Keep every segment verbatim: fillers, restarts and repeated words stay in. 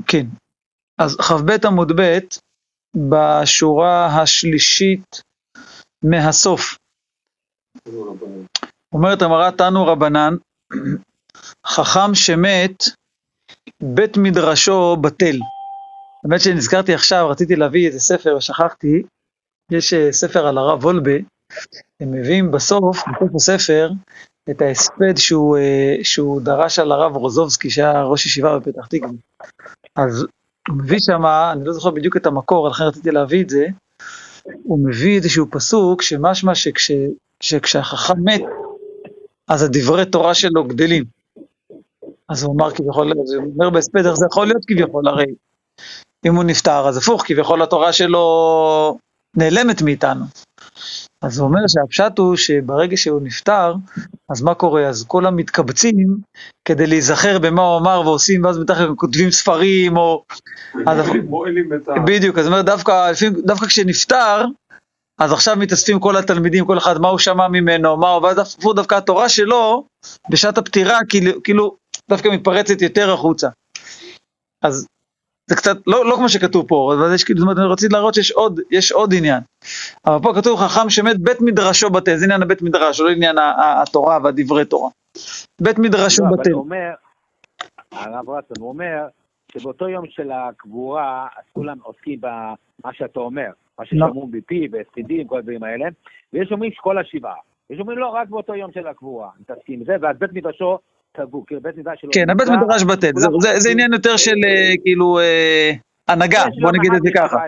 כן. אז חב עמוד ב' בשורה השלישית מהסוף. אומרת אמרה תנו רבנן, חכם שמת בית מדרשו בטל. באמת שנזכרתי עכשיו, רציתי להביא איזה ספר, שכחתי, יש ספר על הרב וולבה, הם מביאים בסוף, בסוף הספר, את ההספד שהוא, שהוא דרש על הרב רוזובסקי, שהיה ראש ישיבה בפתח תקווה. אז הוא מביא שם, אני לא זוכר בדיוק את המקור, לכן רציתי להביא את זה, הוא מביא איזשהו פסוק, שמשמע שכש, שכשהחכם מת, אז הדברי תורה שלו גדלים. אז הוא אמר כביכול, אז הוא אומר בהספד, איך זה יכול להיות כביכול, הרי אם הוא נפטר, אז הפוך, כביכול התורה שלו נעלמת מאיתנו. אז הוא אומר שהפשט הוא שברגע שהוא נפטר, אז מה קורה? אז כולם מתקבצים כדי להיזכר במה הוא אמר ועושים, ואז מתחת כותבים ספרים, או... בדיוק, אז הוא אומר, דווקא, דווקא כשנפטר, אז עכשיו מתאספים כל התלמידים, כל אחד, מה הוא שמע ממנו, מה הוא, ואז דווקא התורה שלו, בשעת הפטירה, כאילו, כאילו דווקא מתפרצת יותר החוצה. אז זה קצת, לא, לא כמו שכתוב פה, אבל יש, זאת אומרת, אני רציתי להראות שיש עוד, יש עוד עניין. אבל פה כתוב חכם שמת בית מדרשו בטל, זה עניין הבית מדרש, לא עניין התורה והדברי תורה. בית מדרשו לא, בטל. אבל הוא אומר, הרב רצון, הוא אומר, שבאותו יום של הקבורה, אז כולם עוסקים במה שאתה אומר, מה ששמעו בפי והפקידים, כל הדברים האלה, ויש אומרים שכל השבעה. יש אומרים לא, רק באותו יום של הקבורה, מתעסקים בזה, ואז בית מדרשו תבוא, כאילו בית מדרש שלו... כן, הבית מדרש בטל, זה, זה, זה עניין יותר של כאילו הנהגה, בוא נגיד את זה ככה.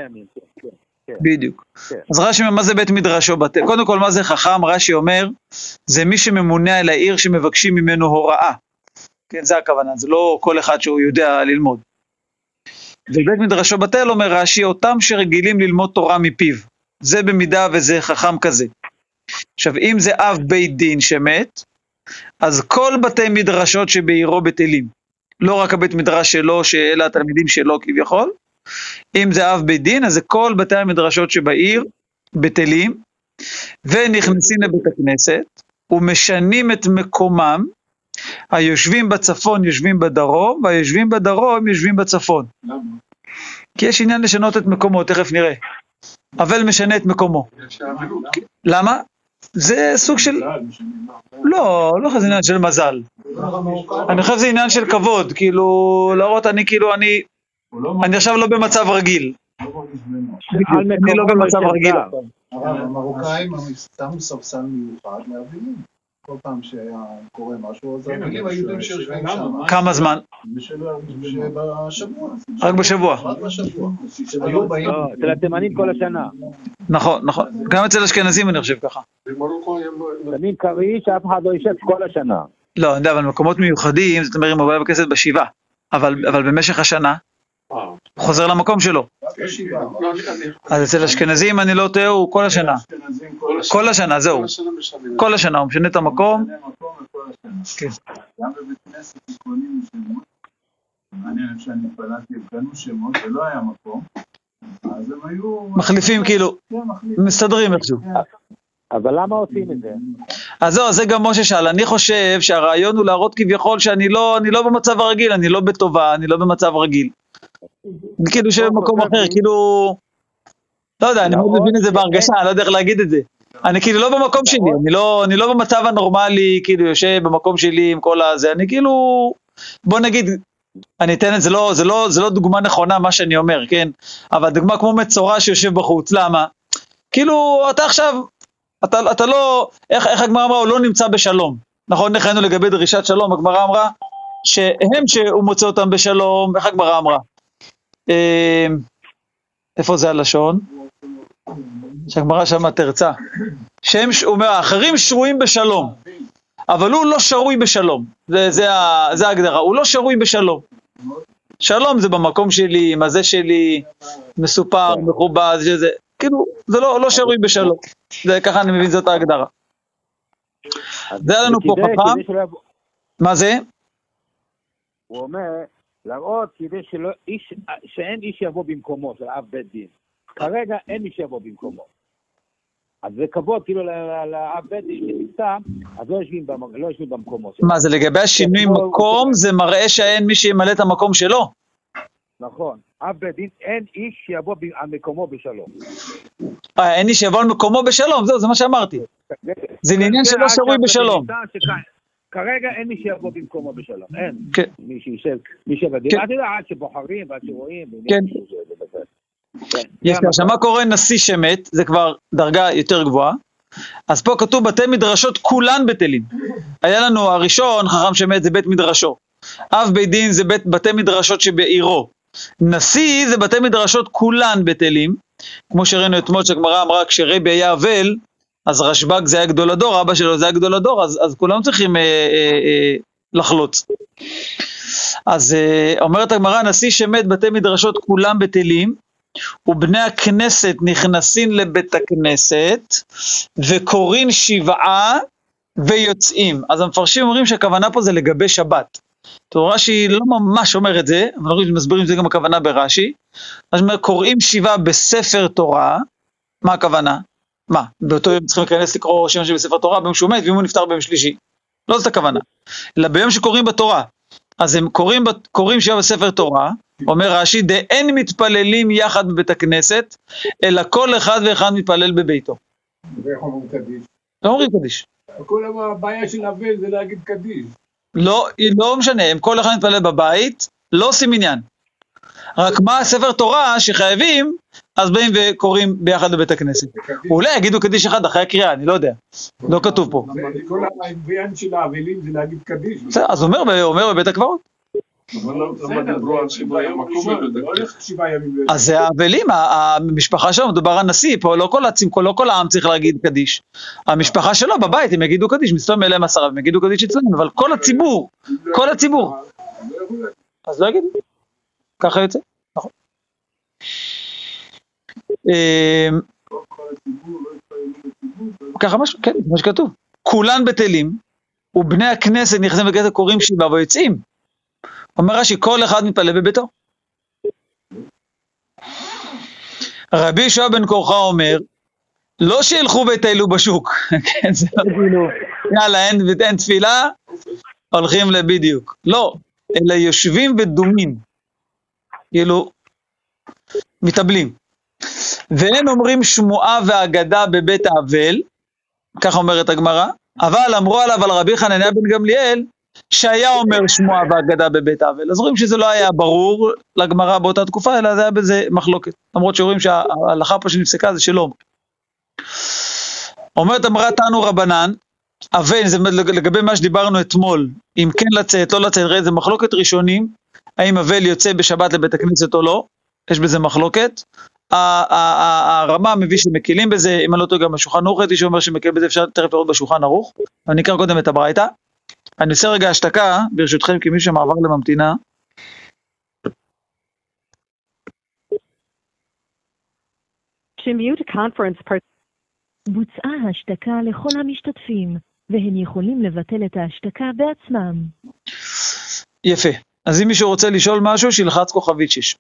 בדיוק. אז רש"י אומר, מה זה בית מדרשו בטל? קודם כל, מה זה חכם? רש"י אומר, זה מי שממונה על העיר שמבקשים ממנו הוראה. כן, זה הכוונה, זה לא כל אחד שהוא יודע ללמוד. ובית מדרשו בטל אומר רש"י, אותם שרגילים ללמוד תורה מפיו. זה במידה וזה חכם כזה. עכשיו, אם זה אב בית דין שמת, אז כל בתי מדרשות שבעירו בטלים. לא רק הבית מדרש שלו, שאלה התלמידים שלו כביכול. אם זה אב בית דין, אז זה כל בתי המדרשות שבעיר בטלים, ונכנסים לבית הכנסת, ומשנים את מקומם, היושבים בצפון יושבים בדרום, והיושבים בדרום יושבים בצפון. למה? כי יש עניין לשנות את מקומו, תכף נראה. אבל משנה את מקומו. למה? זה סוג של... לא, לא זה עניין של מזל. אני חושב שזה עניין של כבוד, כאילו, להראות אני כאילו, אני... אני עכשיו לא במצב רגיל. אני לא במצב רגיל. המרוקאים שמו ספסל מיוחד להבינים. כל פעם שהיה קורה משהו, אז הבינים היהודים שיושבים שם. כמה זמן? בשבוע. רק בשבוע. רק בשבוע. אצל התימנים כל השנה. נכון, נכון. גם אצל אשכנזים אני חושב ככה. תמיד קרי שאף אחד לא יישב כל השנה. לא, אני יודע, אבל מקומות מיוחדים, זאת אומרת, אם הוא בא בכנסת בשבעה. אבל במשך השנה, הוא חוזר למקום שלו. אז אצל אשכנזים אני לא טועה, הוא כל השנה. כל השנה, זהו. כל השנה, הוא משנה את המקום. גם בבית כנסת קונים שמות, מעניין שאני פלטתי, קנו שמות, ולא היה מקום, אז הם היו... מחליפים כאילו, מסתדרים איכשהו. אבל למה עושים את זה? אז זהו, זה גם משה שאל, אני חושב שהרעיון הוא להראות כביכול שאני לא, אני לא במצב הרגיל, אני לא בטובה, אני לא במצב רגיל. אני כאילו שבמקום אחר, כאילו... לא יודע, אני מאוד מבין את זה בהרגשה, אני לא יודע איך להגיד את זה. אני כאילו לא במקום שלי, אני לא, אני לא במצב הנורמלי, כאילו יושב במקום שלי עם כל הזה, אני כאילו... בוא נגיד, אני אתן את זה, לא, זה לא, זה לא דוגמה נכונה מה שאני אומר, כן? אבל דוגמה כמו מצורע שיושב בחוץ, למה? כאילו, אתה עכשיו... אתה, אתה לא, איך, איך הגמרא אמרה, הוא לא נמצא בשלום. נכון, נכנסנו לגבי דרישת שלום, הגמרא אמרה, שהם שהוא מוצא אותם בשלום, איך הגמרא אמרה? אה, איפה זה הלשון? שהגמרא שמה תרצה. שהם, הוא אומר, האחרים שרויים בשלום, אבל הוא לא שרוי בשלום. זה, זה, זה ההגדרה, הוא לא שרוי בשלום. שלום זה במקום שלי, מה זה שלי, מסופר, מכובד, שזה... כאילו, זה לא, לא שרוי בשלום. זה ככה אני מבין, זאת ההגדרה. זה היה לנו פה חכם. מה זה? הוא אומר, להראות כדי שלא, איש, שאין איש יבוא במקומו, של אב בית דין. כרגע אין מי שיבוא במקומו. אז זה כבוד, כאילו, לאב בית דין שנמצא, אז לא יושבים, לא יושבים במקומו. מה זה, לגבי השינוי מקום, זה מראה שאין מי שימלא את המקום שלו? נכון. אף בית דין, אין איש שיבוא על מקומו בשלום. אה, אין איש שיבוא על מקומו בשלום, זהו, זה מה שאמרתי. זה עניין שלא שרוי בשלום. כרגע אין מי שיבוא במקומו בשלום, אין. כן. מי שישב, מי שבדין. אתה יודע, עד שבוחרים ועד שרואים. כן. יפה, עכשיו מה קורה נשיא שמת, זה כבר דרגה יותר גבוהה. אז פה כתוב בתי מדרשות כולן בטלים. היה לנו הראשון, חכם שמת זה בית מדרשו. אב בית דין זה בית, בתי מדרשות שבעירו. נשיא זה בתי מדרשות כולן בטלים. כמו שראינו אתמול שהגמרא אמרה, כשרבי היה אבל, אז רשב"ג זה היה גדול הדור, אבא שלו זה היה גדול הדור, אז, אז כולם צריכים אה, אה, אה, לחלוץ. אז אה, אומרת הגמרא, נשיא שמת בתי מדרשות כולם בטלים, ובני הכנסת נכנסים לבית הכנסת, וקוראים שבעה ויוצאים. אז המפרשים אומרים שהכוונה פה זה לגבי שבת. תורה שהיא לא ממש אומר את זה, אבל אנחנו מסבירים זה גם הכוונה ברש"י. אז קוראים שבעה בספר תורה, מה הכוונה? מה? באותו יום צריכים להיכנס לקרוא שם שבספר תורה, ביום שהוא מת, ואם הוא נפטר ביום שלישי. לא זאת הכוונה. אלא ביום שקוראים בתורה. אז הם קוראים, קוראים שבעה בספר תורה, אומר רש"י, דאין מתפללים יחד בבית הכנסת, אלא כל אחד ואחד מתפלל בביתו. ואיך אומרים קדיש? לא אומרים קדיש. כל הבעיה של אבל זה להגיד קדיש. לא, לא משנה, הם כל אחד מתפלל בבית, לא עושים עניין. רק מה הספר תורה שחייבים, אז באים וקוראים ביחד בבית הכנסת. אולי יגידו קדיש אחד אחרי הקריאה, אני לא יודע. לא כתוב פה. כל העניין של האבלים זה להגיד קדיש. אז אומר, אומר בבית הקברות. אז זה האבלים, המשפחה שלו, מדובר על נשיא, פה לא כל העם, לא כל העם צריך להגיד קדיש. המשפחה שלו בבית, הם יגידו קדיש, מסתום אליהם עשרה, הם יגידו קדיש אצלנו, אבל כל הציבור, כל הציבור. אז לא יגידו. ככה יוצא, נכון. ככה משהו, כן, מה שכתוב. כולן בטלים, ובני הכנסת נכנסים בכנסת קוראים שבעה ויוצאים. אומר רש"י, כל אחד מתפלל בביתו. רבי יהושע בן קורחה אומר, לא שילכו ויטיילו בשוק, כן, זה לא כאילו, יאללה, אין, אין תפילה, הולכים לבדיוק. לא, אלא יושבים ודומים, כאילו, מתאבלים. והם אומרים שמועה ואגדה בבית האבל, כך אומרת הגמרא, אבל אמרו עליו על רבי חנניה בן גמליאל, שהיה אומר שמועה ואגדה בבית האבל. אז רואים שזה לא היה ברור לגמרא באותה תקופה, אלא זה היה בזה מחלוקת. למרות שרואים שההלכה פה שנפסקה זה שלא. אומרת אמרה תנו רבנן, אבל זה לגבי מה שדיברנו אתמול, אם כן לצאת, לא לצאת, ראית זה מחלוקת ראשונים, האם אבל יוצא בשבת לבית הכנסת או לא, יש בזה מחלוקת. הרמה מביא שמקילים בזה, אם אני לא טועה גם בשולחן ערוך, הייתי שאומר שמקיל בזה, אפשר תכף לראות בשולחן ערוך. אני אקרא קודם את הברייתא. אני עושה רגע השתקה, ברשותכם, כמי שמעבר לממתינה. שמיוט קונפרנס פרט... בוצעה השתקה לכל המשתתפים, והם יכולים לבטל את ההשתקה בעצמם. יפה. אז אם מישהו רוצה לשאול משהו, שילחץ כוכבית שש.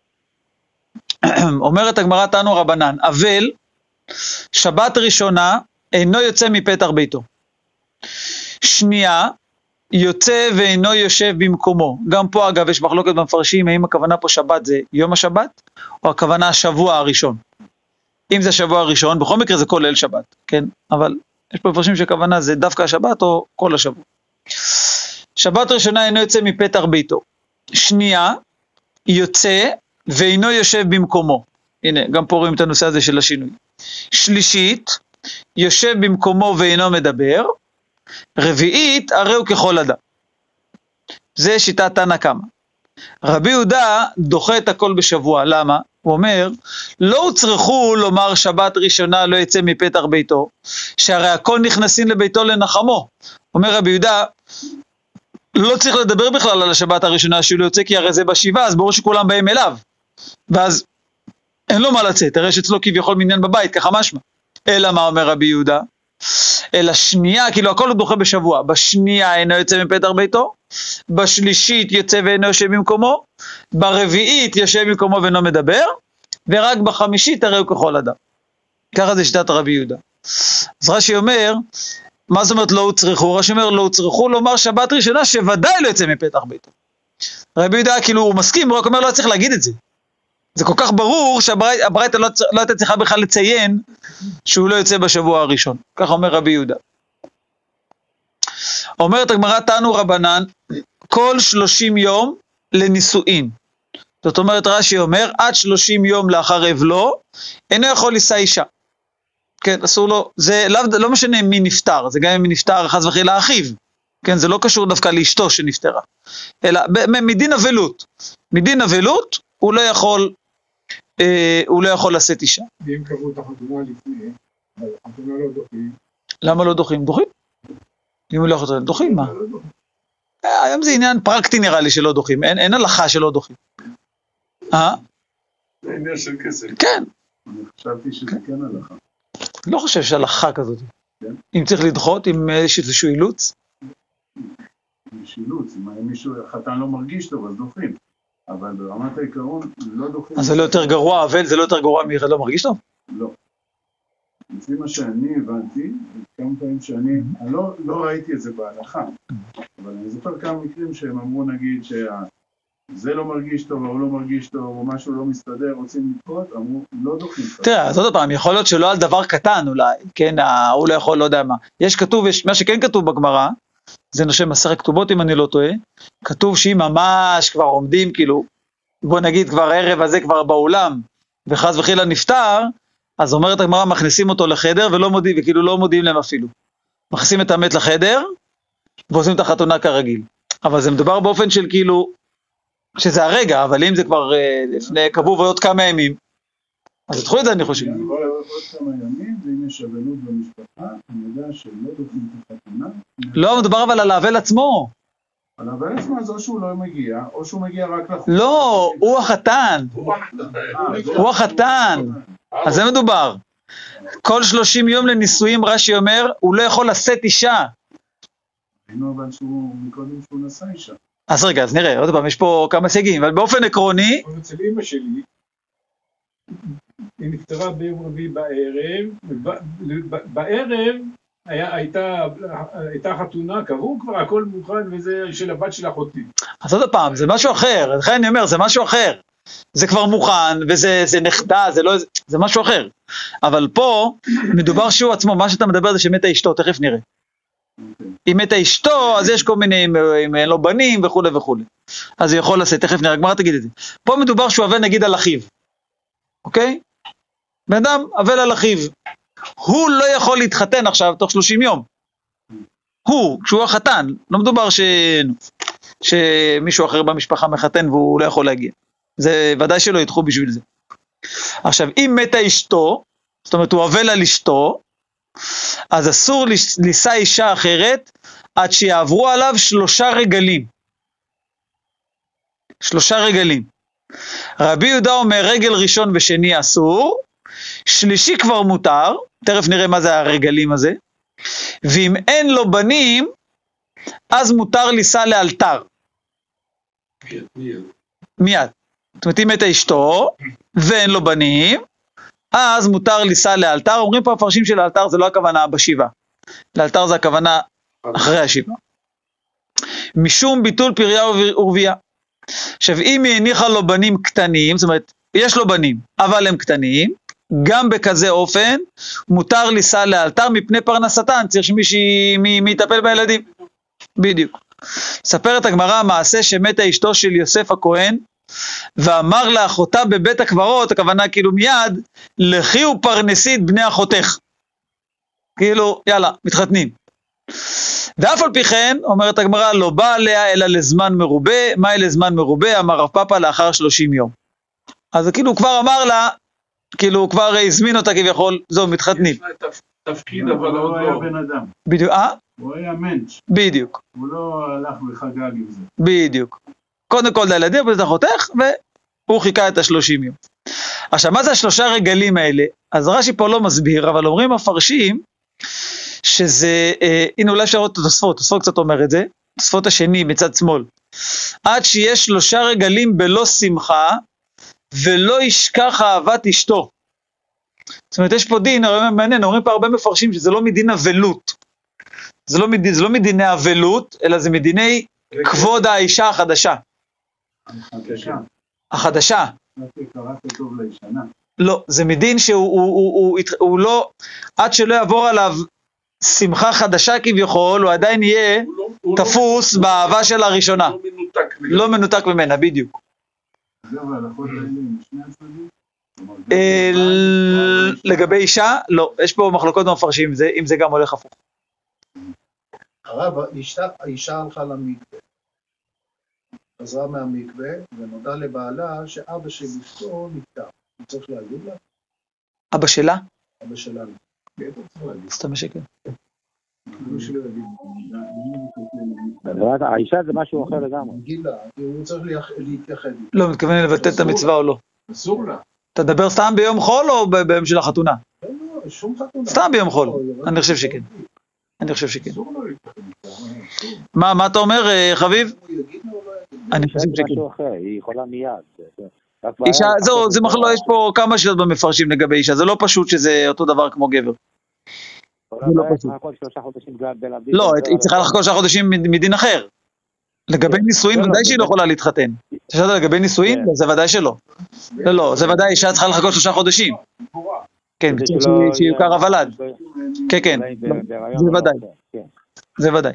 אומרת הגמרא תנו רבנן, אבל שבת ראשונה אינו יוצא מפתח ביתו. שנייה, יוצא ואינו יושב במקומו. גם פה אגב יש מחלוקת במפרשים, האם הכוונה פה שבת זה יום השבת, או הכוונה השבוע הראשון. אם זה השבוע הראשון, בכל מקרה זה כל ליל שבת, כן? אבל יש פה מפרשים שהכוונה זה דווקא השבת או כל השבוע. שבת ראשונה אינו יוצא מפתח ביתו. שנייה, יוצא ואינו יושב במקומו. הנה, גם פה רואים את הנושא הזה של השינוי. שלישית, יושב במקומו ואינו מדבר. רביעית, הרי הוא ככל אדם. זה שיטת תנא קמא. רבי יהודה דוחה את הכל בשבוע, למה? הוא אומר, לא הוצרכו לומר שבת ראשונה לא יצא מפתח ביתו, שהרי הכל נכנסים לביתו לנחמו. אומר רבי יהודה, לא צריך לדבר בכלל על השבת הראשונה שהוא לא יוצא, כי הרי זה בשבעה, אז ברור שכולם באים אליו. ואז אין לו מה לצאת, הרי שאצלו כביכול מניין בבית, ככה משמע. אלא מה אומר רבי יהודה? אלא שנייה, כאילו הכל הוא דוחה בשבוע, בשנייה אינו יוצא מפתח ביתו, בשלישית יוצא ואינו יושב במקומו, ברביעית יושב במקומו ואינו מדבר, ורק בחמישית הרי הוא ככל אדם. ככה זה שיטת רבי יהודה. אז רש"י אומר, מה זאת אומרת לא הוצרכו? רש"י אומר לא הוצרכו לומר שבת ראשונה שוודאי לא יוצא מפתח ביתו. רבי יהודה כאילו הוא מסכים, הוא רק אומר לא צריך להגיד את זה. זה כל כך ברור שהברייתא לא, לא הייתה צריכה בכלל לציין שהוא לא יוצא בשבוע הראשון. כך אומר רבי יהודה. אומרת הגמרא תנו רבנן, כל שלושים יום לנישואין. זאת אומרת רש"י אומר, עד שלושים יום לאחר אבלו, אינו יכול לישא אישה. כן, אסור לו, זה לא, לא משנה מי נפטר, זה גם אם נפטר חס וחלילה אחיו. כן, זה לא קשור דווקא לאשתו שנפטרה. אלא מדין אבלות. מדין אבלות, הוא לא יכול, אה, הוא לא יכול לשאת אישה. ואם קבעו את החתונה לפני, אבל החתונה לא דוחים. למה לא דוחים? דוחים? אם הוא לא יכול, דוחים מה? היום זה עניין פרקטי נראה לי שלא דוחים, אין, אין הלכה שלא דוחים. אה? זה עניין של כסף. כן. אני חשבתי שזה כן הלכה. לא חושב שהלכה כזאת. אם צריך לדחות, אם יש איזשהו אילוץ. יש אילוץ, אם מישהו, חתן לא מרגיש טוב, אז דוחים. אבל ברמת העיקרון לא דוחים. אז זה לא יותר גרוע, אבל זה לא יותר גרוע מאחד לא מרגיש טוב? לא. לפי מה שאני הבנתי, כמה פעמים שאני, אני לא, לא ראיתי את זה בהלכה, אבל אני זוכר כמה מקרים שהם אמרו נגיד שזה לא מרגיש טוב, או לא מרגיש טוב, או משהו לא מסתדר, רוצים לדחות, אמרו לא דוחים. תראה, אז עוד פעם, יכול להיות שלא על דבר קטן אולי, כן, הוא לא יכול, לא יודע מה. יש כתוב, יש, מה שכן כתוב בגמרא, זה נושא מסכת כתובות אם אני לא טועה, כתוב שאם ממש כבר עומדים, כאילו, בוא נגיד כבר ערב הזה כבר באולם, וחס וחלילה נפטר, אז אומרת הגמרא, מכניסים אותו לחדר, ולא מודיעים, וכאילו לא מודיעים להם אפילו. מכניסים את המת לחדר, ועושים את החתונה כרגיל. אבל זה מדובר באופן של כאילו, שזה הרגע, אבל אם זה כבר אה, לפני קבוע ועוד כמה ימים, אז תתחו את זה אני חושב. אני יכול לעבור עוד כמה ימים, ואם יש אבלות במשפחה, אני יודע שלא דוחים את החתונה. לא, מדובר אבל על האבל עצמו. על האבל עצמו, אז או שהוא לא מגיע, או שהוא מגיע רק לחתונה. לא, הוא החתן. הוא החתן. אז זה מדובר. כל שלושים יום לנישואים, רש"י אומר, הוא לא יכול לשאת אישה. היינו אבל שהוא, מקודם שהוא נשא אישה. אז רגע, אז נראה, עוד פעם, יש פה כמה סייגים, אבל באופן עקרוני... אצל אמא שלי, היא נפטרה ביום רביעי בערב, בערב הייתה חתונה, קבעו כבר הכל מוכן, וזה של הבת של אחותי. אז עוד פעם, זה משהו אחר, לכן אני אומר, זה משהו אחר. זה כבר מוכן, וזה זה נחדה, זה לא, זה משהו אחר. אבל פה, מדובר שהוא עצמו, מה שאתה מדבר זה שמתה אשתו, תכף נראה. אם מתה אשתו, אז יש כל מיני, אם אין לו בנים וכו' וכו'. אז הוא יכול לעשות, תכף נראה, גמרא תגיד את זה. פה מדובר שהוא אבל נגיד על אחיו. אוקיי? בן אדם, אבל על אחיו. הוא לא יכול להתחתן עכשיו תוך שלושים יום. הוא, כשהוא החתן, לא מדובר ש... שמישהו אחר במשפחה מחתן והוא לא יכול להגיע. זה ודאי שלא ידחו בשביל זה. עכשיו, אם מתה אשתו, זאת אומרת, הוא אבל על אשתו, אז אסור לישא אישה אחרת, עד שיעברו עליו שלושה רגלים. שלושה רגלים. רבי יהודה אומר, רגל ראשון ושני אסור, שלישי כבר מותר, תכף נראה מה זה הרגלים הזה, ואם אין לו בנים, אז מותר לישא לאלתר. מיד. זאת אומרת, אם מתה אשתו, ואין לו בנים, אז מותר לישא לאלתר. אומרים פה הפרשים של האלתר, זה לא הכוונה בשבעה. לאלתר זה הכוונה אחרי השבעה. משום ביטול פריה ורבייה. עכשיו, אם היא הניחה לו בנים קטנים, זאת אומרת, יש לו בנים, אבל הם קטנים, גם בכזה אופן, מותר לישא לאלתר מפני פרנסתן, צריך שמישהי מי יטפל בילדים. בדיוק. ספרת הגמרא מעשה שמתה אשתו של יוסף הכהן, ואמר לאחותה בבית הקברות, הכוונה כאילו מיד, לכי ופרנסי את בני אחותך. כאילו, יאללה, מתחתנים. ואף על פי כן, אומרת הגמרא, לא בא עליה אלא לזמן מרובה, מה אלה זמן מרובה? אמר רב פאפא לאחר שלושים יום. אז כאילו הוא כבר אמר לה, כאילו הוא כבר הזמין אותה כביכול, זהו, מתחתנים. יש לה תפקיד, אבל הוא היה בן אדם. בדיוק, אה? הוא היה מנץ'. בדיוק. הוא לא הלך וחגג עם זה. בדיוק. קודם כל לילדים, בית אחותך, והוא חיכה את השלושים יום. עכשיו, מה זה השלושה רגלים האלה? אז רש"י פה לא מסביר, אבל אומרים המפרשים, שזה, אה, הנה אולי אפשר לראות את התוספות, תוספות קצת אומר את זה, תוספות השני מצד שמאל, עד שיש שלושה רגלים בלא שמחה, ולא ישכח אהבת אשתו. זאת אומרת, יש פה דין, מעניין, אומרים פה הרבה מפרשים, שזה לא מדין אבלות, זה לא, מדין, זה לא מדיני אבלות, אלא זה מדיני כבוד האישה החדשה. החדשה. החדשה. קראת טוב לישנה. לא, זה מדין שהוא הוא, הוא, הוא, הוא לא, עד שלא יעבור עליו שמחה חדשה כביכול, הוא עדיין יהיה תפוס באהבה של הראשונה. לא מנותק ממנה, בדיוק. זה והלכות האלה עם שני הצדדים? לגבי אישה, לא, יש פה מחלוקות במפרשים, אם זה גם הולך הפוך. הרב, האישה הלכה למקווה, חזרה מהמקווה, ונודע לבעלה שאבא של אשתו נפטר. הוא צריך להגיד לה? אבא שלה? אבא שלה. סתם שקל. האישה זה משהו אחר לגמרי. גילה, הוא צריך להתייחד. לא, מתכוון לבטל את המצווה או לא. אסור לה. אתה מדבר סתם ביום חול או ביום של החתונה? לא, לא, שום חתונה. סתם ביום חול. אני חושב שכן. אני חושב שכן. מה, מה אתה אומר, חביב? אני חושב שכן. משהו אחר, היא יכולה מיד. אישה, זהו, זה מחלוקת, יש פה כמה שאלות במפרשים לגבי אישה, זה לא פשוט שזה אותו דבר כמו גבר. לא, היא צריכה לחכות שלושה חודשים מדין אחר. לגבי נישואין, ודאי שהיא לא יכולה להתחתן. תשאלת לגבי נישואין? זה ודאי שלא. לא, לא, זה ודאי אישה צריכה לחכות שלושה חודשים. כן, שיוכר הוולד. כן, כן, זה ודאי. זה ודאי.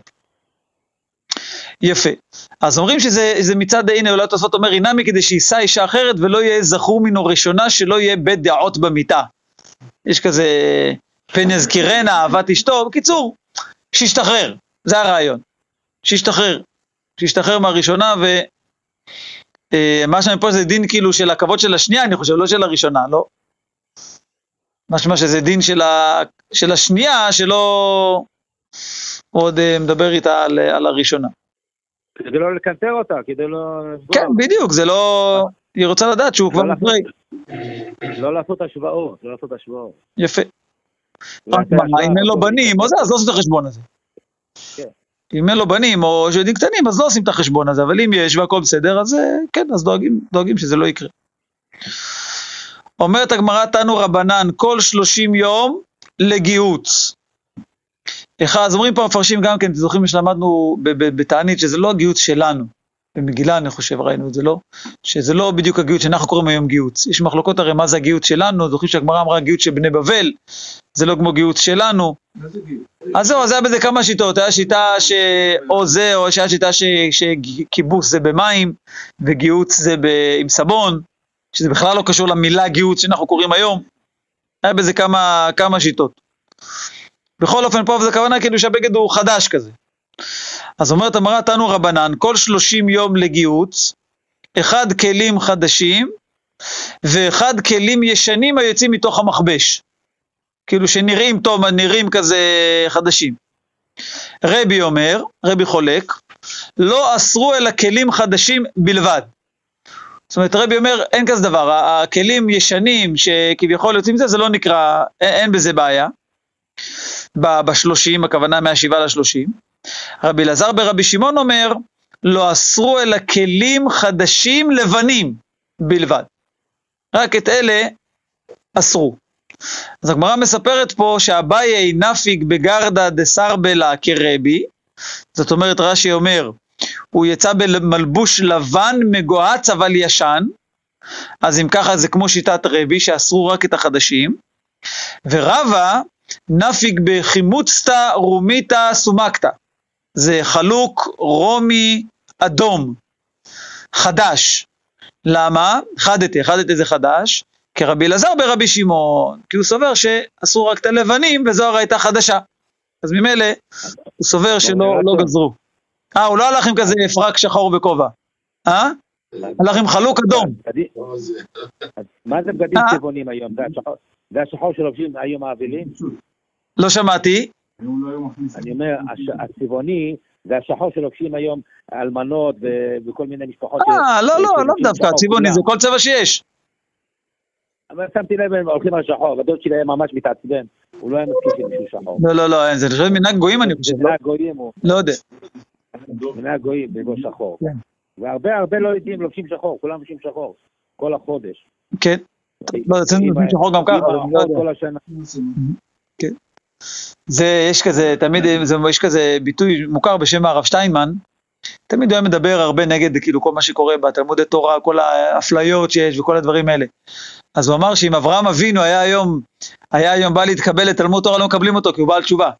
יפה. אז אומרים שזה מצד, הנה, אולי תוספות אומר, אינמי כדי שישא אישה אחרת ולא יהיה זכור מנו ראשונה, שלא יהיה בית דעות במיטה. יש כזה פן יזכירנה, אהבת אשתו, בקיצור, שישתחרר, זה הרעיון. שישתחרר. שישתחרר מהראשונה, ומה שאני פה זה דין כאילו של הכבוד של השנייה, אני חושב, לא של הראשונה, לא. משמע שזה דין של, ה... של השנייה, שלא עוד מדבר איתה על, על הראשונה. כדי לא לקנטר אותה, כדי לא... כן, בדיוק, זה לא... היא רוצה לדעת שהוא כבר מפרי. לא לעשות השוואות, לא לעשות השוואות. יפה. אם אין לו בנים, אז לא עושים את החשבון הזה. אם אין לו בנים או ילדים קטנים, אז לא עושים את החשבון הזה, אבל אם יש והכל בסדר, אז כן, אז דואגים, דואגים שזה לא יקרה. אומרת הגמרא תנו רבנן, כל שלושים יום לגיהוץ. אחד, אז אומרים פה מפרשים גם כן, זוכרים שלמדנו בתענית, שזה לא הגיהוץ שלנו. במגילה אני חושב, ראינו את זה לא, שזה לא בדיוק הגיהוץ שאנחנו קוראים היום גיהוץ. יש מחלוקות הרי מה זה הגיהוץ שלנו, זוכרים שהגמרא אמרה גיהוץ של בני בבל, זה לא כמו גיהוץ שלנו. אז זהו, אז היה בזה כמה שיטות, היה שיטה שאו זה, או שהיה שיטה שכיבוס זה במים, וגיהוץ זה עם סבון, שזה בכלל לא קשור למילה גיהוץ שאנחנו קוראים היום. היה בזה כמה, כמה שיטות. בכל אופן פה זה כוונה כאילו שהבגד הוא חדש כזה. אז אומרת אמרה תנו רבנן, כל שלושים יום לגיהוץ, אחד כלים חדשים, ואחד כלים ישנים היוצאים מתוך המכבש. כאילו שנראים טוב, נראים כזה חדשים. רבי אומר, רבי חולק, לא אסרו אלא כלים חדשים בלבד. זאת אומרת, רבי אומר, אין כזה דבר, הכלים ישנים שכביכול יוצאים מזה, זה לא נקרא, אין, אין בזה בעיה. בשלושים, הכוונה מהשבעה לשלושים. רבי אלעזר ברבי שמעון אומר, לא אסרו אלא כלים חדשים לבנים בלבד. רק את אלה אסרו. אז הגמרא מספרת פה שאביי נפיג בגרדה דסרבלה כרבי, זאת אומרת רש"י אומר, הוא יצא במלבוש לבן מגוהץ אבל ישן, אז אם ככה זה כמו שיטת רבי שאסרו רק את החדשים, ורבא נפיג בחימוצתא רומיתא סומקתא, זה חלוק רומי אדום, חדש. למה? חדתי, חדתי זה חדש, כרבי אלעזר ברבי שמעון, כי הוא סובר שאסור רק את הלבנים, וזו הרי הייתה חדשה. אז ממילא הוא סובר שלא לא גזרו. אה, הוא לא הלך עם כזה פרק שחור וכובע. אה? הלך עם חלוק אדום. מה זה בגדים צבעונים היום? זה השחור שלובשים היום האבלים? לא שמעתי. אני אומר, הצבעוני, זה השחור שלובשים היום אלמנות וכל מיני משפחות. אה, לא, לא, לא דווקא, הצבעוני זה כל צבע שיש. אבל שמתי לב, הם הולכים על שחור, הדוד שלהם ממש מתעצבן, הוא לא היה מסכים שמישהו שחור. לא, לא, לא, זה נחשב מנהג גויים אני חושב. מנהג גויים הוא. לא יודע. מנהג גויים, בגו שחור. והרבה הרבה לא יודעים לובשים שחור, כולם לובשים שחור, כל החודש. כן. לא, אצלנו לובשים שחור גם ככה. כל השנה. כן. זה, יש כזה, תמיד, יש כזה ביטוי מוכר בשם הרב שטיינמן, תמיד הוא היה מדבר הרבה נגד כאילו כל מה שקורה בתלמודי תורה, כל האפליות שיש וכל הדברים האלה. אז הוא אמר שאם אברהם אבינו היה היום, היה היום בא להתקבל לתלמוד תורה, לא מקבלים אותו, כי הוא בעל תשובה.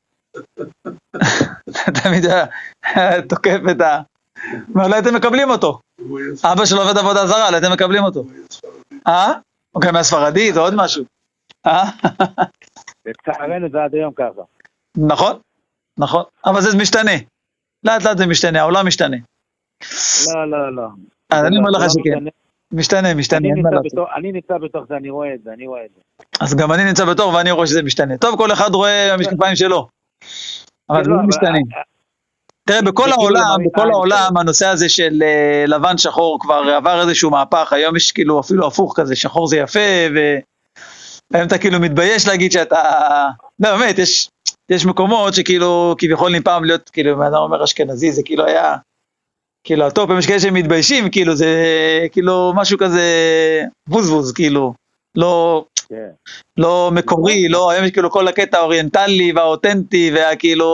תמיד היה תוקף את ה... אולי אתם מקבלים אותו. אבא שלו עובד עבודה זרה, אולי אתם מקבלים אותו. אה? אוקיי, מהספרדית, או עוד משהו. אה? לצערנו זה עד היום ככה. נכון, נכון, אבל זה משתנה. לאט לאט זה משתנה, העולם משתנה. לא, לא, לא. אז אני אומר לך שכן. משתנה, משתנה. אני נמצא בתוך זה, אני רואה את זה, אני רואה את זה. אז גם אני נמצא בתוך ואני רואה שזה משתנה. טוב, כל אחד רואה המשקפיים שלו. אבל זה לא משתנה. תראה, בכל העולם, בכל העולם, הנושא הזה של לבן שחור כבר עבר איזשהו מהפך. היום יש כאילו אפילו הפוך כזה, שחור זה יפה, והיום אתה כאילו מתבייש להגיד שאתה... לא, באמת, יש... יש מקומות שכאילו, כביכול פעם להיות, כאילו, מה אתה אומר אשכנזי, זה כאילו היה, כאילו, הטופ, הם יש כאלה שהם מתביישים, כאילו, זה, כאילו, משהו כזה, בוזבוז, כאילו, לא, לא מקורי, לא, היום יש כאילו כל הקטע האוריינטלי והאותנטי, והכאילו,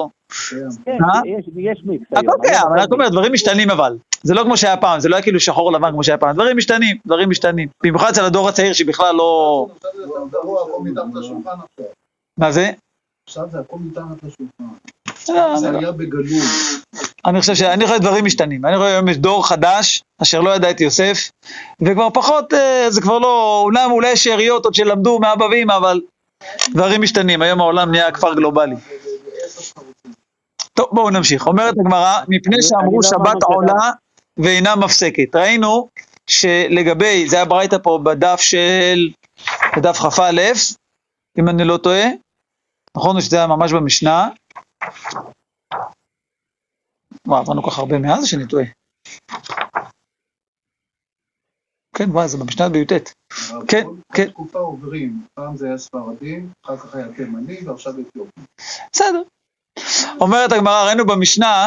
יש מיקס. הכל קיים, אני רק אומר, דברים משתנים אבל, זה לא כמו שהיה פעם, זה לא היה כאילו שחור לבן כמו שהיה פעם, דברים משתנים, דברים משתנים, במיוחד אצל הדור הצעיר שבכלל לא... מה זה? עכשיו זה הכל מתחת לשולחן. זה היה בגלוי. אני חושב שאני רואה דברים משתנים. אני רואה היום יש דור חדש, אשר לא ידע את יוסף, וכבר פחות, זה כבר לא, אולי, אולי שאריות עוד שלמדו מאבא ואמא, אבל דברים משתנים. היום העולם נהיה כפר גלובלי. טוב, בואו נמשיך. אומרת הגמרא, מפני שאמרו שבת עולה ואינה מפסקת. ראינו שלגבי, זה היה ברייתא פה בדף של, בדף כ"א, אם אני לא טועה, נכון, שזה היה ממש במשנה. וואו, עברנו כך הרבה מאז שאני טועה. כן, וואי, זה במשנה ביוטט. כן, כן. תקופה עוברים, פעם זה היה ספרדים, אחר כך היה תימני, ועכשיו אתיופי. בסדר. אומרת הגמרא, ראינו במשנה,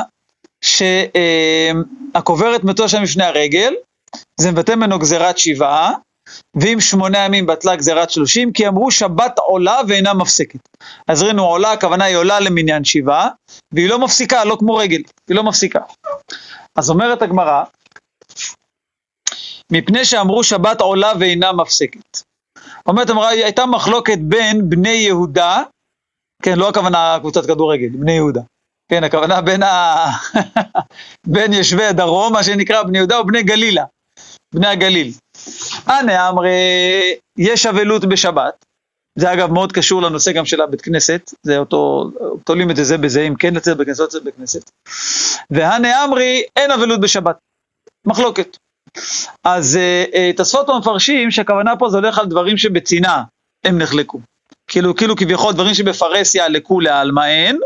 שהקוברת מתו שם לפני הרגל, זה מבטא ממנו גזירת שבעה, ואם שמונה ימים בטלה גזירת שלושים, כי אמרו שבת עולה ואינה מפסקת. אז ראינו עולה, הכוונה היא עולה למניין שבעה, והיא לא מפסיקה, לא כמו רגל, היא לא מפסיקה. אז אומרת הגמרא, מפני שאמרו שבת עולה ואינה מפסקת. אומרת הגמרא, הייתה מחלוקת בין בני יהודה, כן, לא הכוונה קבוצת כדורגל, בני יהודה. כן, הכוונה בין, ה... בין ישבי הדרום, מה שנקרא בני יהודה, ובני גלילה, בני הגליל. הנה אמרי, יש אבלות בשבת, זה אגב מאוד קשור לנושא גם של הבית כנסת, זה אותו, תולים את זה בזה, אם כן לצאת בכנסת, לא לצאת בכנסת. והנה אמרי, אין אבלות בשבת, מחלוקת. אז תוספות המפרשים שהכוונה פה זה הולך על דברים שבצינה הם נחלקו. כאילו, כאילו כביכול דברים שבפרסיה לקו לעלמא אין,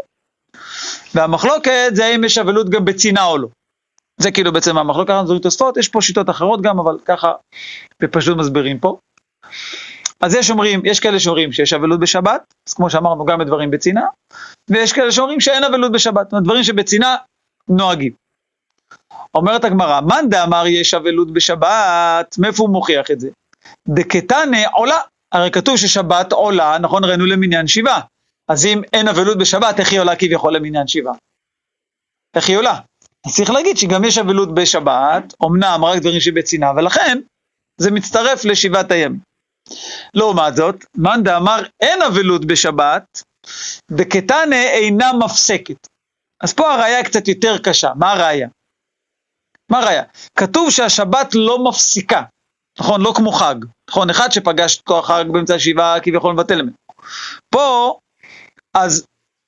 והמחלוקת זה האם יש אבלות גם בצינה או לא. זה כאילו בעצם המחלוקת זו תוספות, יש פה שיטות אחרות גם, אבל ככה בפשוט מסבירים פה. אז יש אומרים, יש כאלה שאומרים שיש אבלות בשבת, אז כמו שאמרנו גם בדברים בצינה, ויש כאלה שאומרים שאין אבלות בשבת, דברים שבצינה נוהגים. אומרת הגמרא, מאן דאמר יש אבלות בשבת, מאיפה הוא מוכיח את זה? דקתנא עולה, הרי כתוב ששבת עולה, נכון, ראינו למניין שבעה, אז אם אין אבלות בשבת, איך היא עולה כביכול למניין שבעה? איך היא עולה? אז צריך להגיד שגם יש אבלות בשבת, אמנם רק דברים שבצינה, ולכן זה מצטרף לשבעת הימים. לעומת זאת, מאן דאמר אין אבלות בשבת, דקתנא אינה מפסקת. אז פה הראיה קצת יותר קשה, מה הראיה? מה הראיה? כתוב שהשבת לא מפסיקה, נכון? לא כמו חג, נכון? אחד שפגש כוח חג באמצע השבעה כביכול מבטל ממנו. פה, אז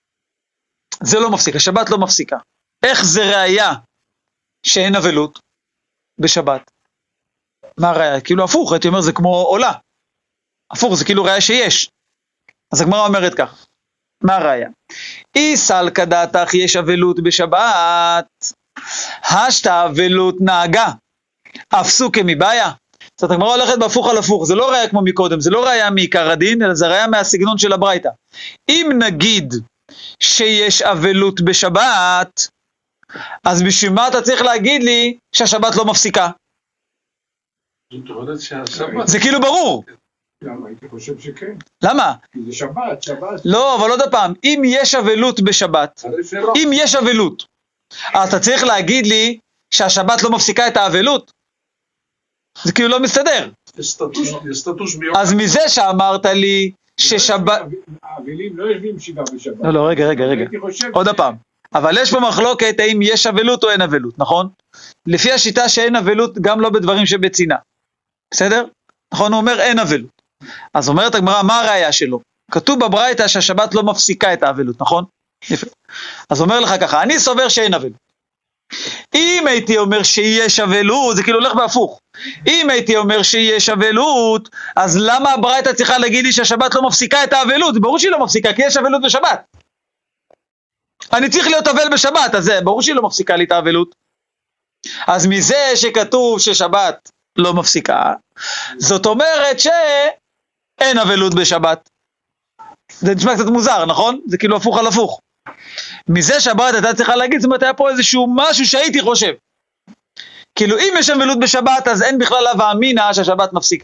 זה לא מפסיק, השבת לא מפסיקה. איך זה ראיה שאין אבלות בשבת? מה הראיה? כאילו הפוך, הייתי אומר זה כמו עולה. הפוך, זה כאילו ראיה שיש. אז הגמרא אומרת כך, מה הראיה? אי סלקא דעתך יש אבלות בשבת, השתא אבלות נהגה, אפסוקי מבעיה. זאת אומרת, הגמרא הולכת בהפוך על הפוך, זה לא ראיה כמו מקודם, זה לא ראיה מעיקר הדין, אלא זה ראיה מהסגנון של הברייתא. אם נגיד שיש אבלות בשבת, אז בשביל מה אתה צריך להגיד לי שהשבת לא מפסיקה? זה כאילו ברור. למה? הייתי חושב שכן. למה? כי זה שבת, שבת. לא, אבל עוד הפעם, אם יש אבלות בשבת, אם יש אבלות, אז אתה צריך להגיד לי שהשבת לא מפסיקה את האבלות? זה כאילו לא מסתדר. אז מזה שאמרת לי ששבת... האבלים לא יושבים שבעה בשבת. לא, לא, רגע, רגע, רגע. עוד הפעם. אבל יש פה מחלוקת האם יש אבלות או אין אבלות, נכון? לפי השיטה שאין אבלות גם לא בדברים שבצינה. בסדר? נכון, הוא אומר אין אבלות. אז אומרת הגמרא, מה הראיה שלו? כתוב בברייתא שהשבת לא מפסיקה את האבלות, נכון? יפה. אז אומר לך ככה, אני סובר שאין אבלות. אם הייתי אומר שיש אבלות, זה כאילו הולך בהפוך. אם הייתי אומר שיש אבלות, אז למה הברייתא צריכה להגיד לי שהשבת לא מפסיקה את האבלות? זה ברור שהיא לא מפסיקה, כי יש אבלות בשבת. אני צריך להיות אבל בשבת, אז זה ברור שהיא לא מפסיקה לי את האבלות. אז מזה שכתוב ששבת לא מפסיקה, זאת אומרת שאין אבלות בשבת. זה נשמע קצת מוזר, נכון? זה כאילו הפוך על הפוך. מזה שהברייתא הייתה צריכה להגיד, זאת אומרת, היה פה איזשהו משהו שהייתי חושב. כאילו, אם יש אבלות בשבת, אז אין בכלל הווה אמינא שהשבת מפסיקה.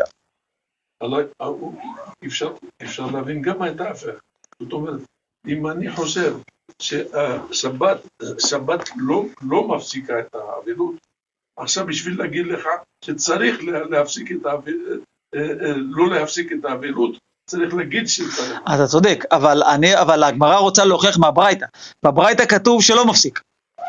אפשר להבין גם את ההפך. זאת אומרת, אם אני חושב ששבת שבת לא, לא מפסיקה את האבלות, עכשיו בשביל להגיד לך שצריך להפסיק את האבלות, לא להפסיק את האבלות, צריך להגיד שצריך. אתה צודק, אבל, אני, אבל הגמרא רוצה להוכיח מהברייתא. בברייתא כתוב שלא מפסיק.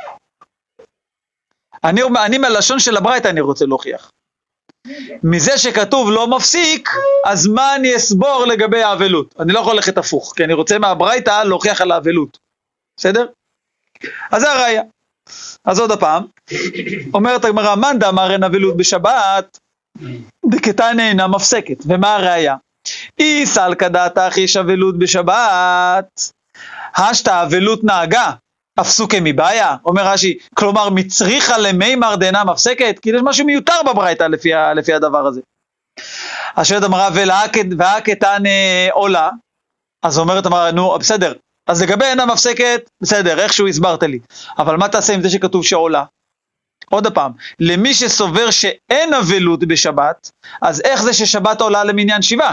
אני, אני מהלשון של הברייתא אני רוצה להוכיח. מזה שכתוב לא מפסיק, אז מה אני אסבור לגבי האבלות? אני לא יכול ללכת הפוך, כי אני רוצה מהברייתא להוכיח על האבלות. בסדר? אז זה הראיה. אז עוד הפעם, אומרת הגמרא, מאן דאמר אין אבלות בשבת, דקתניא אינה מפסקת. ומה הראיה? אי סלקא דעתך יש אבלות בשבת, השתא אבלות נהגה, אפסוקי מבעיה, אומר רש"י, כלומר מצריכה למימר דאינה מפסקת, כי יש משהו מיותר בברייתא לפי, לפי הדבר הזה. אז שואלת הגמרא, והקתניא עולה, אז אומרת הגמרא, נו בסדר, אז לגבי אינה מפסקת, בסדר, איכשהו הסברת לי, אבל מה תעשה עם זה שכתוב שעולה? עוד הפעם, למי שסובר שאין אבלות בשבת, אז איך זה ששבת עולה למניין שבעה?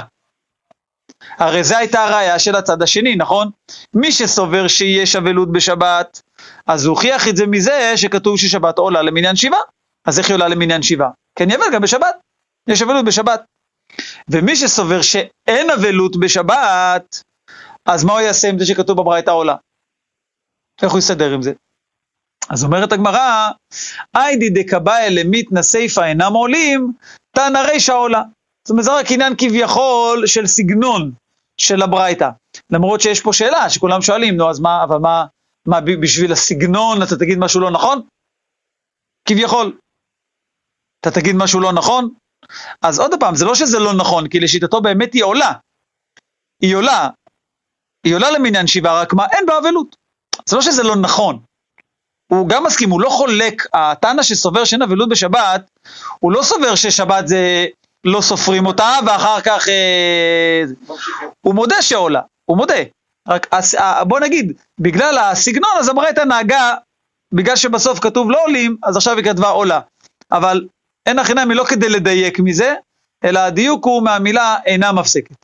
הרי זה הייתה הראיה של הצד השני, נכון? מי שסובר שיש אבלות בשבת, אז הוא הוכיח את זה מזה שכתוב ששבת עולה למניין שבעה. אז איך היא עולה למניין שבעה? כן, יבל גם בשבת, יש אבלות בשבת. ומי שסובר שאין אבלות בשבת, אז מה הוא יעשה עם זה שכתוב בברייתא עולה? איך הוא יסדר עם זה? אז אומרת הגמרא, איידי דקבאי למיתנא סיפא אינם עולים, תנא רישא עולה. זאת אומרת, זה רק עניין כביכול של סגנון של הברייתא. למרות שיש פה שאלה שכולם שואלים, נו אז מה, אבל מה, מה בשביל הסגנון אתה תגיד משהו לא נכון? כביכול. אתה תגיד משהו לא נכון? אז עוד פעם, זה לא שזה לא נכון, כי לשיטתו באמת היא עולה. היא עולה. היא עולה למניין שבעה, רק מה, אין בה אבלות. זה לא שזה לא נכון. הוא גם מסכים, הוא לא חולק, התנא שסובר שאין אבלות בשבת, הוא לא סובר ששבת זה לא סופרים אותה, ואחר כך אה, הוא מודה שעולה, הוא מודה. רק בוא נגיד, בגלל הסגנון, אז הברייתא נהגה, בגלל שבסוף כתוב לא עולים, אז עכשיו היא כתבה עולה. אבל אין הכי נמי לא כדי לדייק מזה, אלא הדיוק הוא מהמילה אינה מפסקת.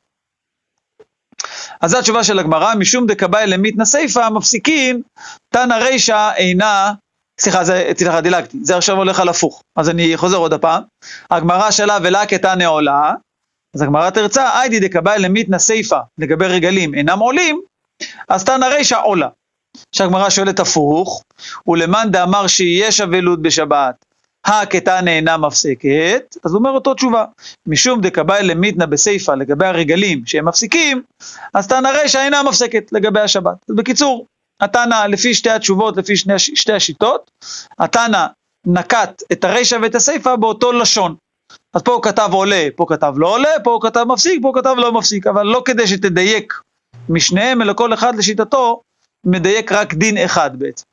אז זו התשובה של הגמרא, משום דקבאי למיתנא סיפא מפסיקין, תנא רישא אינה, סליחה, זה, סליחה, דילגתי, זה עכשיו הולך על הפוך, אז אני חוזר עוד הפעם, הגמרא שלה ולה כתנא עולה, אז הגמרא תרצה, איידי דקבאי למיתנא סיפא, לגבי רגלים אינם עולים, אז תנא רישא עולה. שהגמרא שואלת הפוך, ולמאן דאמר שיש אבלות בשבת, הכתנא אינה מפסקת, אז הוא אומר אותו תשובה, משום דקבאי למיתנא בסיפא לגבי הרגלים שהם מפסיקים, אז תנא רישא אינה מפסקת לגבי השבת. אז בקיצור, התנא לפי שתי התשובות, לפי שני, שתי השיטות, התנא נקט את הרישא ואת הסיפא באותו לשון. אז פה הוא כתב עולה, פה כתב לא עולה, פה הוא כתב מפסיק, פה הוא כתב לא מפסיק, אבל לא כדי שתדייק משניהם, אלא כל אחד לשיטתו מדייק רק דין אחד בעצם.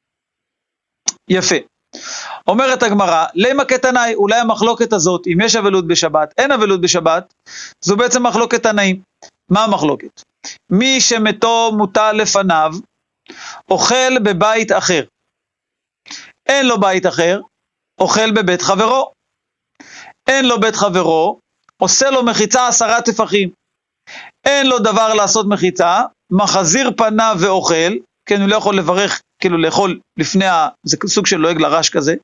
יפה. אומרת הגמרא, למה כתנאי, אולי המחלוקת הזאת, אם יש אבלות בשבת, אין אבלות בשבת, זו בעצם מחלוקת תנאים. מה המחלוקת? מי שמתו מוטל לפניו, אוכל בבית אחר. אין לו בית אחר, אוכל בבית חברו. אין לו בית חברו, עושה לו מחיצה עשרה טפחים. אין לו דבר לעשות מחיצה, מחזיר פניו ואוכל, כן, הוא לא יכול לברך כאילו לאכול לפני, ה... זה סוג של לועג לרש כזה.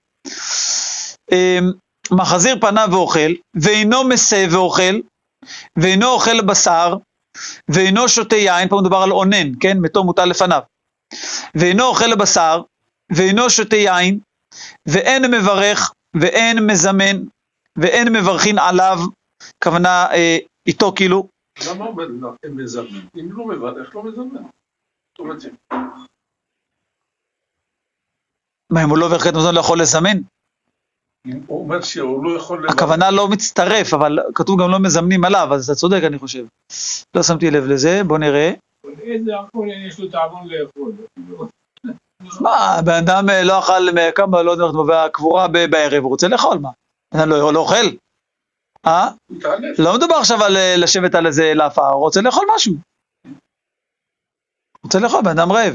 מחזיר פניו ואוכל, ואינו מסב ואוכל, ואינו אוכל בשר, ואינו שותה יין, פה מדובר על אונן, כן, מתו מוטל לפניו, ואינו אוכל בשר, ואינו שותה יין, ואין מברך, ואין מזמן, ואין מברכין עליו, כוונה אה, איתו כאילו. למה אומר לא, אין מזמן? אם לא מברך, לא מזמן. טוב מתאים. מה, אם הוא לא ברכת מזון לא יכול לזמן? הוא אומר שהוא לא יכול... הכוונה לא מצטרף, אבל כתוב גם לא מזמנים עליו, אז אתה צודק אני חושב. לא שמתי לב לזה, בוא נראה. איזה אכול יש לו תעבון לאכול? מה, בן אדם לא אכל כמה, לא יודעת, והקבורה בערב, הוא רוצה לאכול, מה? בן אדם לא אוכל? אה? לא מדובר עכשיו על לשבת על איזה לאפה, הוא רוצה לאכול משהו. רוצה לאכול, בן אדם רעב.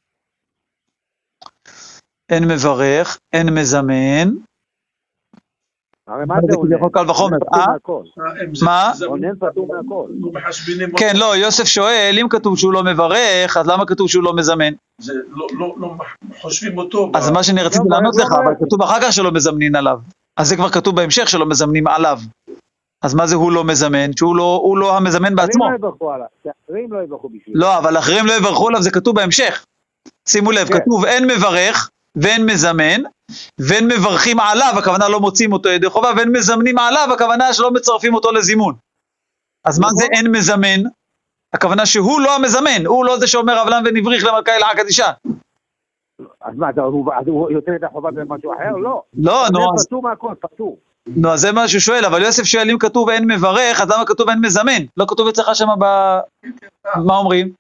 אין מברך, אין מזמן. הרי מה זה עונן? קל וחומר, אה? מה? עונן פטור מהכל. כן, לא, יוסף שואל, אם כתוב שהוא לא מברך, אז למה כתוב שהוא לא מזמן? זה לא, לא, לא חושבים אותו. אז מה שאני רציתי לענות לך, אבל כתוב אחר כך שלא מזמנים עליו. אז זה כבר כתוב בהמשך שלא מזמנים עליו. אז מה זה הוא לא מזמן? שהוא לא, הוא לא המזמן בעצמו. אחרים לא יברכו עליו, אחרים לא יברכו בשביל. לא, אבל אחרים לא יברכו עליו, זה כתוב בהמשך. שימו לב, כתוב אין מברך ואין מזמן, ואין מברכים עליו, הכוונה לא מוצאים אותו ידי חובה, ואין מזמנים עליו, הכוונה שלא מצרפים אותו לזימון. אז מה זה אין מזמן? הכוונה שהוא לא המזמן, הוא לא זה שאומר אבלן ונבריך למלכה אלעה קדישה. אז מה, הוא יוצא את החובה במשהו אחר? לא. לא, נו. זה פטור מהכל, פטור. נו, אז זה מה שהוא שואל, אבל יוסף שואל, אם כתוב אין מברך, אז למה כתוב אין מזמן? לא כתוב אצלך שם ב... מה אומרים?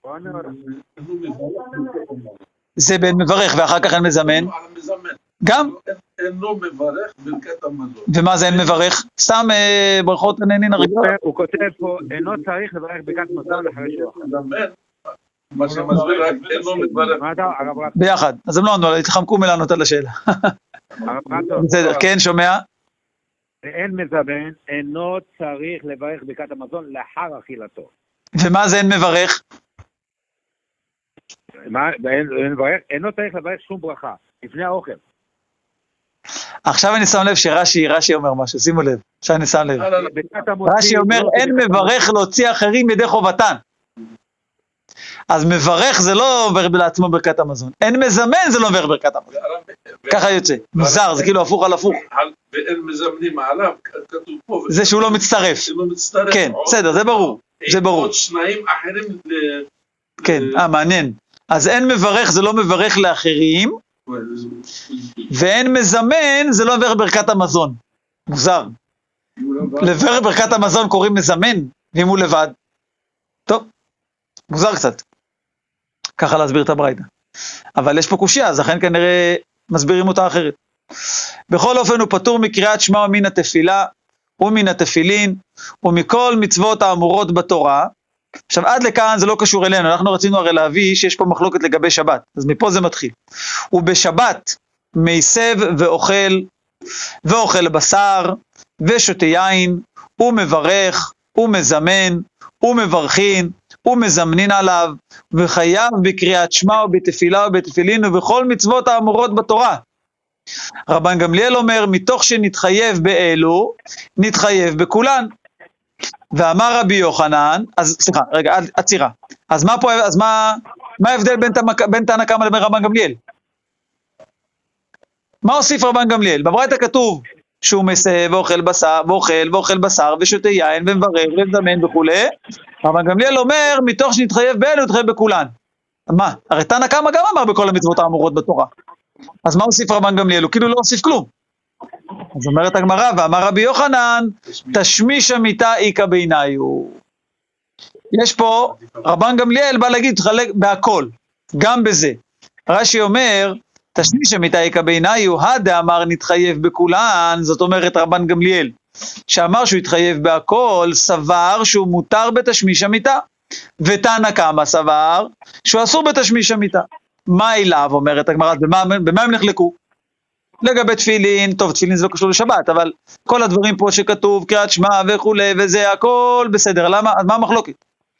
זה בין מברך, ואחר כך אין מזמן. גם? אינו מברך ברכת המזון. ומה זה אין מברך? סתם ברכות נהנין הרגילות. הוא כותב פה, אינו צריך לברך ברכת מזון אחרי שאוכל. מה שמסביר רק אינו מברך. ביחד, אז הם לא ענו, התחמקו מלענות על השאלה. בסדר, כן, שומע? אין מזמן, אינו צריך לברך ברכת המזון לאחר אכילתו. ומה זה אין מברך? מה, אין מברך? אינו צריך לברך שום ברכה, לפני האוכל. עכשיו אני שם לב שרש"י, רש"י אומר משהו, שימו לב, עכשיו אני שם לב. רש"י אומר, אין מברך להוציא אחרים ידי חובתן. אז מברך זה לא עובר לעצמו ברכת המזון. אין מזמן זה לא עובר ברכת המזון. ככה יוצא. מוזר, זה כאילו הפוך על הפוך. ואין מזמנים עליו, כתוב פה. זה שהוא לא מצטרף. כן, בסדר, זה ברור. זה ברור. עוד שניים אחרים. כן, אה, מעניין. אז אין מברך זה לא מברך לאחרים, ואין מזמן זה לא עובר ברכת המזון. מוזר. לעבר ברכת המזון קוראים מזמן, ואם הוא לבד. טוב. מוזר קצת, ככה להסביר את הברייתא. אבל יש פה קושיה, אז לכן כנראה מסבירים אותה אחרת. בכל אופן הוא פטור מקריאת שמע ומן התפילה, ומן התפילין, ומכל מצוות האמורות בתורה. עכשיו עד לכאן זה לא קשור אלינו, אנחנו רצינו הרי להביא שיש פה מחלוקת לגבי שבת, אז מפה זה מתחיל. ובשבת מייסב ואוכל, ואוכל בשר, ושותה יין, ומברך, ומזמן, ומברכין, ומזמנין עליו, וחייב בקריאת שמע ובתפילה ובתפילין ובכל מצוות האמורות בתורה. רבן גמליאל אומר, מתוך שנתחייב באלו, נתחייב בכולן. ואמר רבי יוחנן, אז סליחה, רגע, עצירה. אז מה פה, אז מה, מה ההבדל בין, בין תנא קמא לבין רבן גמליאל? מה הוסיף רבן גמליאל? בברייתא כתוב שהוא מסב ואוכל בשר, ואוכל ואוכל בשר ושותה יין ומברר ומזמן וכולי. רבן גמליאל אומר, מתוך שנתחייב באלו, נתחייב בכולן. מה? הרי תנא קמא גם אמר בכל המצוות האמורות בתורה. אז מה הוסיף רבן גמליאל? הוא כאילו לא הוסיף כלום. אז אומרת הגמרא, ואמר רבי יוחנן, תשמיש המיתה איכא בעיניו. יש פה, רבן גמליאל בא להגיד, תחלק בהכל, גם בזה. רש"י אומר, תשמיש המיתה איכא בעיניו, הדאמר נתחייב בכולן, זאת אומרת רבן גמליאל, שאמר שהוא התחייב בהכל, סבר שהוא מותר בתשמיש המיתה, ותנא קמא סבר שהוא אסור בתשמיש המיתה. מה אליו, אומרת הגמרא, במה, במה הם נחלקו? לגבי תפילין, טוב, תפילין זה לא קשור לשבת, אבל כל הדברים פה שכתוב, קריאת שמע וכו' וזה הכל בסדר, למה? אז מה המחלוקת?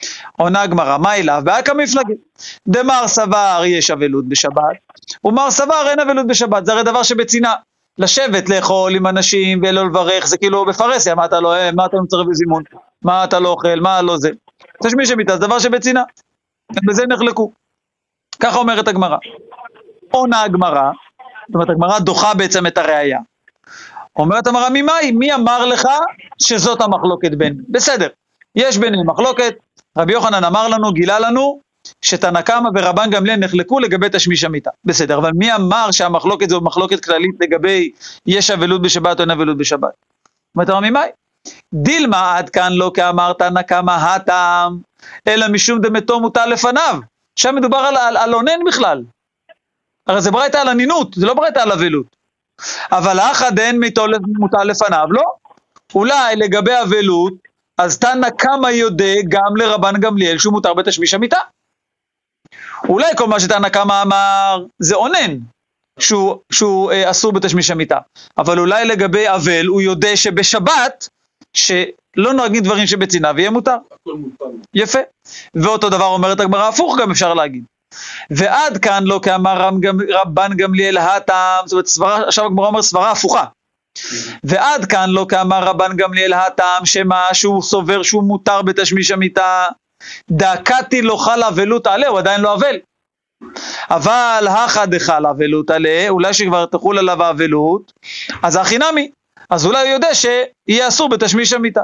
עונה הגמרא, מה אליו? בהקא מפלגי. דמר סבר יש אבלות בשבת, ומר סבר אין אבלות בשבת. זה הרי דבר שבצינה. לשבת, לאכול עם אנשים ולא לברך, זה כאילו בפרסיה, מה אתה לא, מה אתה מצטרף לזימון? מה אתה לא אוכל? מה לא זה? תשמיע שמיטה, זה דבר שבצינה. בזה נחלקו. ככה אומרת הגמרא. עונה הגמרא, זאת אומרת, הגמרא דוחה בעצם את הראייה. אומרת הגמרא, ממאי? מי אמר לך שזאת המחלוקת בין? בסדר, יש ביניהם מחלוקת, רבי יוחנן אמר לנו, גילה לנו, שתנא קמא ורבן גמליאל נחלקו לגבי תשמיש המיטה. בסדר, אבל מי אמר שהמחלוקת זו מחלוקת כללית לגבי יש אבלות בשבת או אין אבלות בשבת? אומרת הגמרא, ממאי? דילמה עד כאן לא כאמר תנא קמא הטעם, אלא משום דמתו מוטל לפניו. שם מדובר על, על, על אונן בכלל. הרי זה ברייתא על אנינות, זה לא ברייתא על אבלות. אבל האחד אין מתו מוטל לפניו, לא. אולי לגבי אבלות, אז תנא קמא יודע גם לרבן גמליאל שהוא מותר בתשמיש המיטה. אולי כל מה שתנא קמא אמר זה אונן, שהוא, שהוא אה, אסור בתשמיש המיטה. אבל אולי לגבי אבל הוא יודע שבשבת, שלא נוהגים דברים שבצינה ויהיה מותר. הכל מותר. יפה. ואותו דבר אומרת הגמרא הפוך גם אפשר להגיד. ועד כאן לא כאמר רבן גמליאל הטעם, זאת אומרת סברה, עכשיו הגמרא אומר סברה הפוכה. ועד כאן לא כאמר רבן גמליאל הטעם שמה שהוא סובר שהוא מותר בתשמיש המיטה, דקתי לא חל אבלות עליה, הוא עדיין לא אבל. אבל הכא דחל אבלות עליה, אולי שכבר תחול עליו האבלות, אז הכי נמי, אז אולי הוא יודע שיהיה אסור בתשמיש המיטה.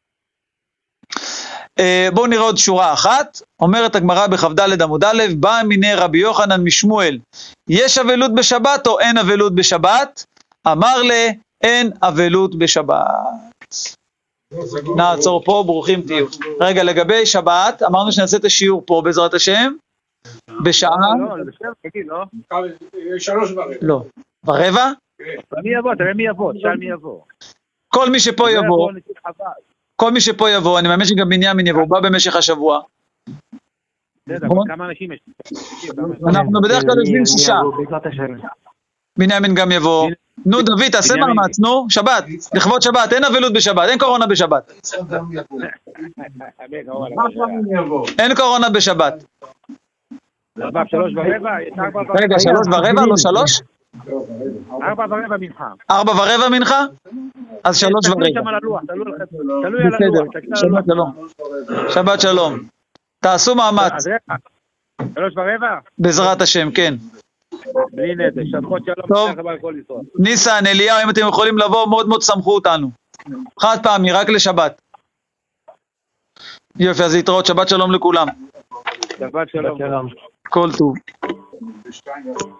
בואו נראה עוד שורה אחת, אומרת הגמרא בכ"ד עמוד א', בא מיני רבי יוחנן משמואל, יש אבלות בשבת או אין אבלות בשבת? אמר לה, אין אבלות בשבת. נעצור פה, ברוכים תהיו. רגע, לגבי שבת, אמרנו שנעשה את השיעור פה בעזרת השם, בשעה? לא, לא, בשביל, תגיד, לא? שלוש ורבע. לא. ורבע? מי יבוא, תראה מי יבוא, תשאל מי יבוא. כל מי שפה יבוא, כל מי שפה יבוא, אני מאמין שגם בנימין יבוא, הוא בא במשך השבוע. כמה אנשים יש? אנחנו בדרך כלל יושבים שישה. בנימין גם יבוא. נו דוד, תעשה מאמץ, נו, שבת, לכבוד שבת, אין אבלות בשבת, אין קורונה בשבת. אין קורונה בשבת. שלוש ורבע? רגע, שלוש ורבע, לא שלוש? ארבע ורבע מנחה. ארבע ורבע מנחה? אז שלוש ורבע. תלוי על הלוח. שבת שלום. שבת שלום. תעשו מאמץ. שלוש ורבע? בעזרת השם, כן. בלי נדש, שבת שלום. ניסן, אליהו, אם אתם יכולים לבוא, מאוד מאוד שמחו אותנו. חד פעמי, רק לשבת. יופי, אז להתראות, שבת שלום לכולם. שבת שלום. כל טוב.